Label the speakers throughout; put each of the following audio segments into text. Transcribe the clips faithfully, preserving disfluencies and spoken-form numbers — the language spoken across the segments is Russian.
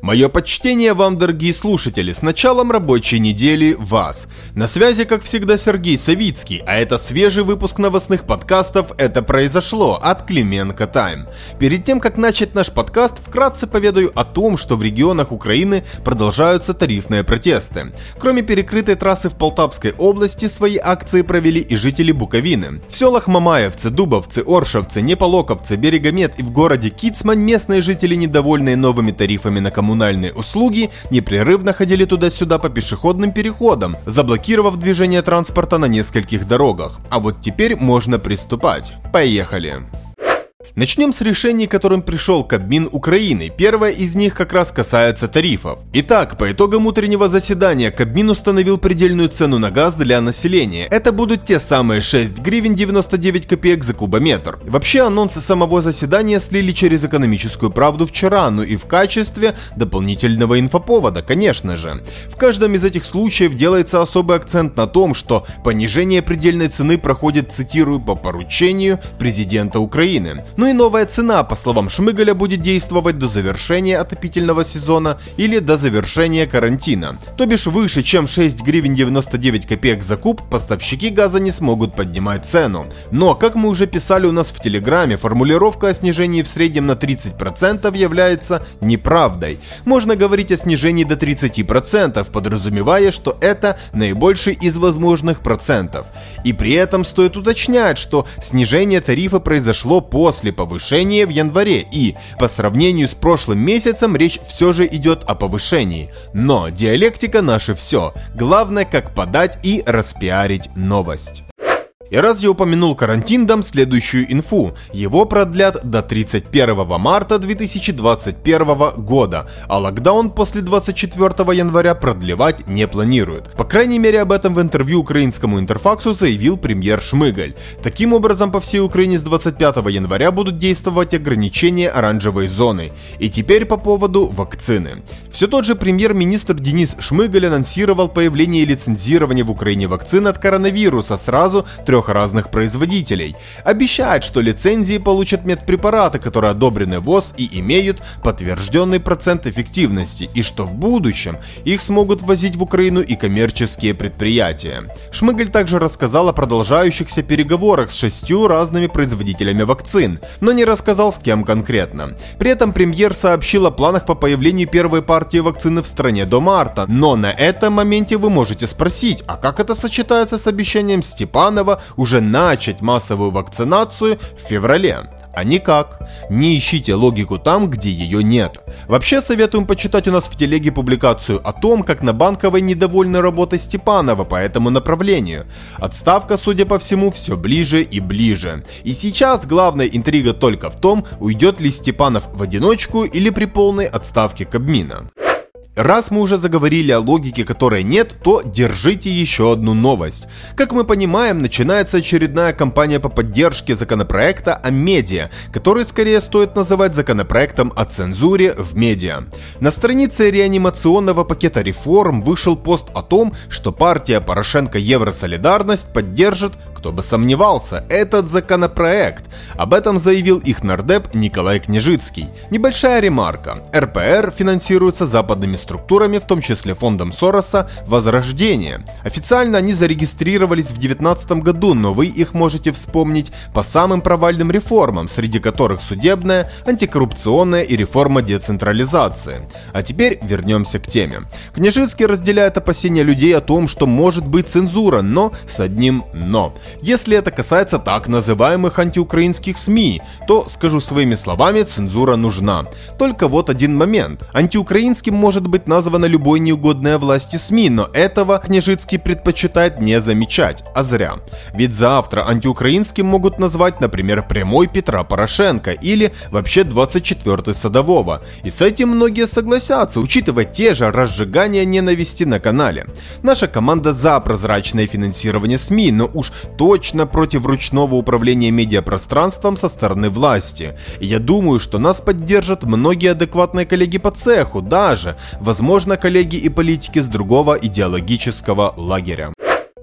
Speaker 1: Мое почтение вам, дорогие слушатели, с началом рабочей недели вас. На связи, как всегда, Сергей Савицкий, а это свежий выпуск новостных подкастов «Это произошло» от Клименко Тайм. Перед тем, как начать наш подкаст, вкратце поведаю о том, что в регионах Украины продолжаются тарифные протесты. Кроме перекрытой трассы в Полтавской области, свои акции провели и жители Буковины. В селах Мамаевцы, Дубовцы, Оршовцы, Неполоковцы, Берегомет и в городе Кицмань местные жители, недовольные новыми тарифами на коммунальные Коммунальные услуги, непрерывно ходили туда-сюда по пешеходным переходам, заблокировав движение транспорта на нескольких дорогах. А вот теперь можно приступать. Поехали! Начнем с решений, к которым пришел Кабмин Украины. Первое из них как раз касается тарифов. Итак, по итогам утреннего заседания Кабмин установил предельную цену на газ для населения. Это будут те самые шесть гривен девяносто девять копеек за кубометр. Вообще, анонсы самого заседания слили через «Экономическую правду» вчера, ну и в качестве дополнительного инфоповода, конечно же. В каждом из этих случаев делается особый акцент на том, что понижение предельной цены проходит, цитирую, по поручению президента Украины. Ну и новая цена, по словам Шмыгаля, будет действовать до завершения отопительного сезона или до завершения карантина. То бишь выше, чем шесть гривен девяносто девять копеек за куб, поставщики газа не смогут поднимать цену. Но, как мы уже писали у нас в Телеграме, формулировка о снижении в среднем на тридцать процентов является неправдой. Можно говорить о снижении до тридцати процентов, подразумевая, что это наибольший из возможных процентов. И при этом стоит уточнять, что снижение тарифа произошло после повышения в январе, и по сравнению с прошлым месяцем речь все же идет о повышении. Но диалектика наше все. Главное, как подать и распиарить новость. И раз я упомянул карантин, дам следующую инфу. Его продлят до тридцать первого марта две тысячи двадцать первого года, а локдаун после двадцать четвёртого января продлевать не планируют. По крайней мере, об этом в интервью украинскому Интерфаксу заявил премьер Шмыгаль. Таким образом, по всей Украине с двадцать пятого января будут действовать ограничения оранжевой зоны. И теперь по поводу вакцины. Все тот же премьер-министр Денис Шмыгаль анонсировал появление лицензирования в Украине вакцины от коронавируса сразу трех разных производителей. Обещает, что лицензии получат медпрепараты, которые одобрены ВОЗ и имеют подтвержденный процент эффективности, и что в будущем их смогут ввозить в Украину и коммерческие предприятия. Шмыгаль также рассказал о продолжающихся переговорах с шестью разными производителями вакцин, но не рассказал, с кем конкретно. При этом премьер сообщил о планах по появлению первой партии вакцины в стране до марта, но на этом моменте вы можете спросить, а как это сочетается с обещанием Степанова уже начать массовую вакцинацию в феврале? А никак. Не ищите логику там, где ее нет. Вообще советуем почитать у нас в телеге публикацию о том, как на Банковой недовольны работой Степанова по этому направлению. Отставка, судя по всему, все ближе и ближе. И сейчас главная интрига только в том, уйдет ли Степанов в одиночку или при полной отставке Кабмина. Раз мы уже заговорили о логике, которой нет, то держите еще одну новость. Как мы понимаем, начинается очередная кампания по поддержке законопроекта о медиа, который скорее стоит называть законопроектом о цензуре в медиа. На странице реанимационного пакета реформ вышел пост о том, что партия Порошенко Евросолидарность поддержит, кто бы сомневался, этот законопроект. Об этом заявил их нардеп Николай Княжицкий. Небольшая ремарка. эр пэ эр финансируется западными структурами, в том числе фондом Сороса «Возрождение». Официально они зарегистрировались в две тысячи девятнадцатом году, но вы их можете вспомнить по самым провальным реформам, среди которых судебная, антикоррупционная и реформа децентрализации. А теперь вернемся к теме. Княжицкий разделяет опасения людей о том, что может быть цензура, но с одним «но». Если это касается так называемых антиукраинских СМИ, то, скажу своими словами, цензура нужна. Только вот один момент. Антиукраинским может быть названо любой неугодное власти СМИ, но этого Княжицкий предпочитает не замечать, а зря. Ведь завтра антиукраинским могут назвать, например, прямой Петра Порошенко или вообще двадцать четвёртый Садового. И с этим многие согласятся, учитывая те же разжигания ненависти на канале. Наша команда за прозрачное финансирование СМИ, но уж точно против ручного управления медиапространством со стороны власти. И я думаю, что нас поддержат многие адекватные коллеги по цеху, даже, возможно, коллеги и политики с другого идеологического лагеря.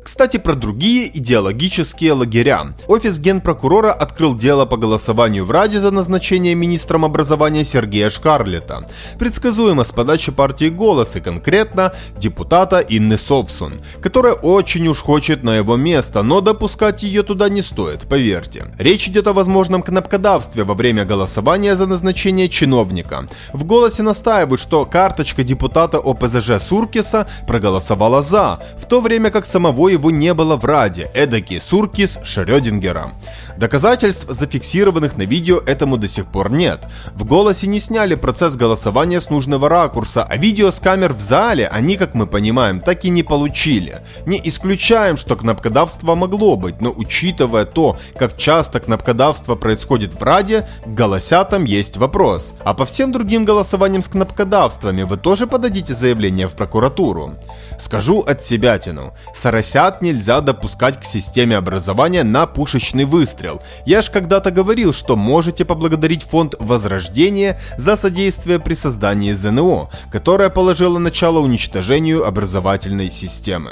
Speaker 1: Кстати, про другие идеологические лагеря. Офис генпрокурора открыл дело по голосованию в Раде за назначение министром образования Сергея Шкарлета. Предсказуемо с подачи партии «Голос» и конкретно депутата Инны Совсун, которая очень уж хочет на его место, но допускать ее туда не стоит, поверьте. Речь идет о возможном кнопкодавстве во время голосования за назначение чиновника. В «Голосе» настаивают, что карточка депутата о пэ зэ жэ Суркиса проголосовала «за», в то время как самого его не было в Раде, эдакий Суркис Шрёдингера. Доказательств, зафиксированных на видео, этому до сих пор нет. В «Голосе» не сняли процесс голосования с нужного ракурса, а видео с камер в зале они, как мы понимаем, так и не получили. Не исключаем, что кнопкодавство могло быть, но учитывая то, как часто кнопкодавство происходит в Раде, к «Голосятам» есть вопрос. А по всем другим голосованиям с кнопкодавствами вы тоже подадите заявление в прокуратуру? Скажу от себятину. Соросят нельзя допускать к системе образования на пушечный выстрел. Я ж когда-то говорил, что можете поблагодарить фонд «Возрождение» за содействие при создании зэ эн о, которое положило начало уничтожению образовательной системы.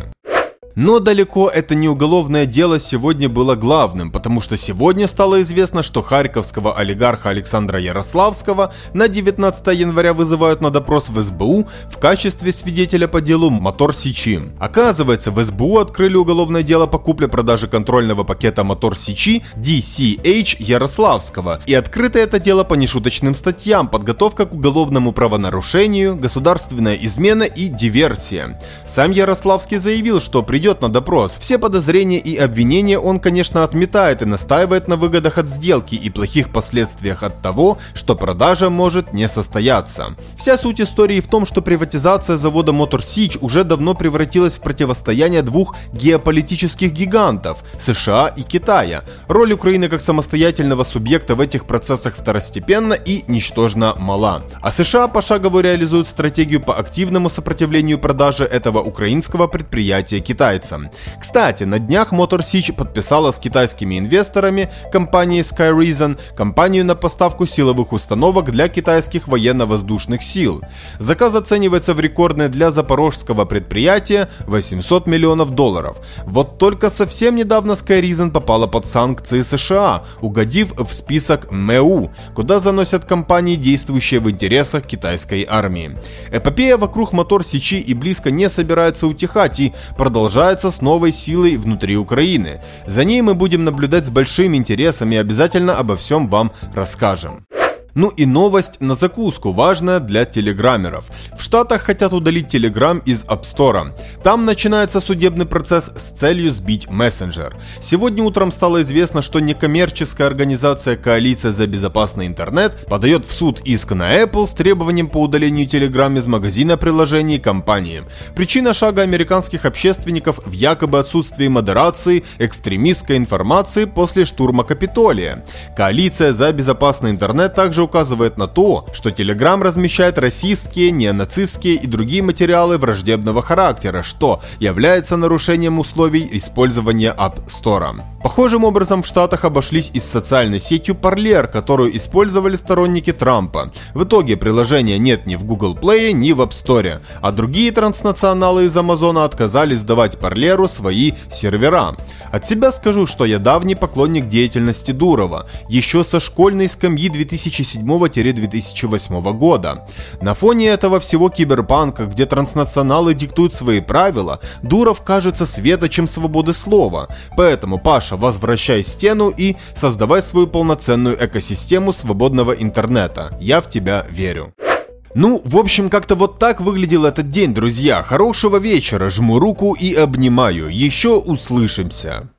Speaker 1: Но далеко это не уголовное дело сегодня было главным, потому что сегодня стало известно, что харьковского олигарха Александра Ярославского на девятнадцатое января вызывают на допрос в эс бэ у в качестве свидетеля по делу Мотор Сичи. Оказывается, в эс бэ у открыли уголовное дело по купле-продаже контрольного пакета Мотор Сичи ди си эйч Ярославского, и открыто это дело по нешуточным статьям: подготовка к уголовному правонарушению, государственная измена и диверсия. Сам Ярославский заявил, что придет на допрос. Все подозрения и обвинения он, конечно, отметает и настаивает на выгодах от сделки и плохих последствиях от того, что продажа может не состояться. Вся суть истории в том, что приватизация завода Мотор Сич уже давно превратилась в противостояние двух геополитических гигантов – США и Китая. Роль Украины как самостоятельного субъекта в этих процессах второстепенна и ничтожно мала. А США пошагово реализуют стратегию по активному сопротивлению продаже этого украинского предприятия китайцам. Кстати, на днях Мотор Сич подписала с китайскими инвесторами, компанией SkyReason, компанию на поставку силовых установок для китайских военно-воздушных сил. Заказ оценивается в рекордные для запорожского предприятия восемьсот миллионов долларов. Вот только совсем недавно SkyReason попала под санкции США, угодив в список эм и у, куда заносят компании, действующие в интересах китайской армии. Эпопея вокруг Мотор Сичи и близко не собирается утихать и продолжает с новой силой внутри Украины. За ней мы будем наблюдать с большим интересом и обязательно обо всем вам расскажем. Ну и новость на закуску, важная для телеграммеров. В Штатах хотят удалить Telegram из App Store. Там начинается судебный процесс с целью сбить мессенджер. Сегодня утром стало известно, что некоммерческая организация «Коалиция за безопасный интернет» подает в суд иск на Apple с требованием по удалению Telegram из магазина приложений компании. Причина шага американских общественников в якобы отсутствии модерации экстремистской информации после штурма Капитолия. «Коалиция за безопасный интернет» также указывает на то, что Telegram размещает расистские, неонацистские и другие материалы враждебного характера, что является нарушением условий использования App Store. Похожим образом в Штатах обошлись и с социальной сетью Parler, которую использовали сторонники Трампа. В итоге приложения нет ни в Google Play, ни в App Store, а другие транснационалы из Амазона отказались сдавать Parler'у свои сервера. От себя скажу, что я давний поклонник деятельности Дурова, еще со школьной скамьи две тысячи седьмого — две тысячи восьмого года. На фоне этого всего киберпанка, где транснационалы диктуют свои правила, Дуров кажется светочем свободы слова. Поэтому, Паша, возвращай стену и создавай свою полноценную экосистему свободного интернета. Я в тебя верю. Ну, в общем, как-то вот так выглядел этот день, друзья. Хорошего вечера, жму руку и обнимаю. Еще услышимся.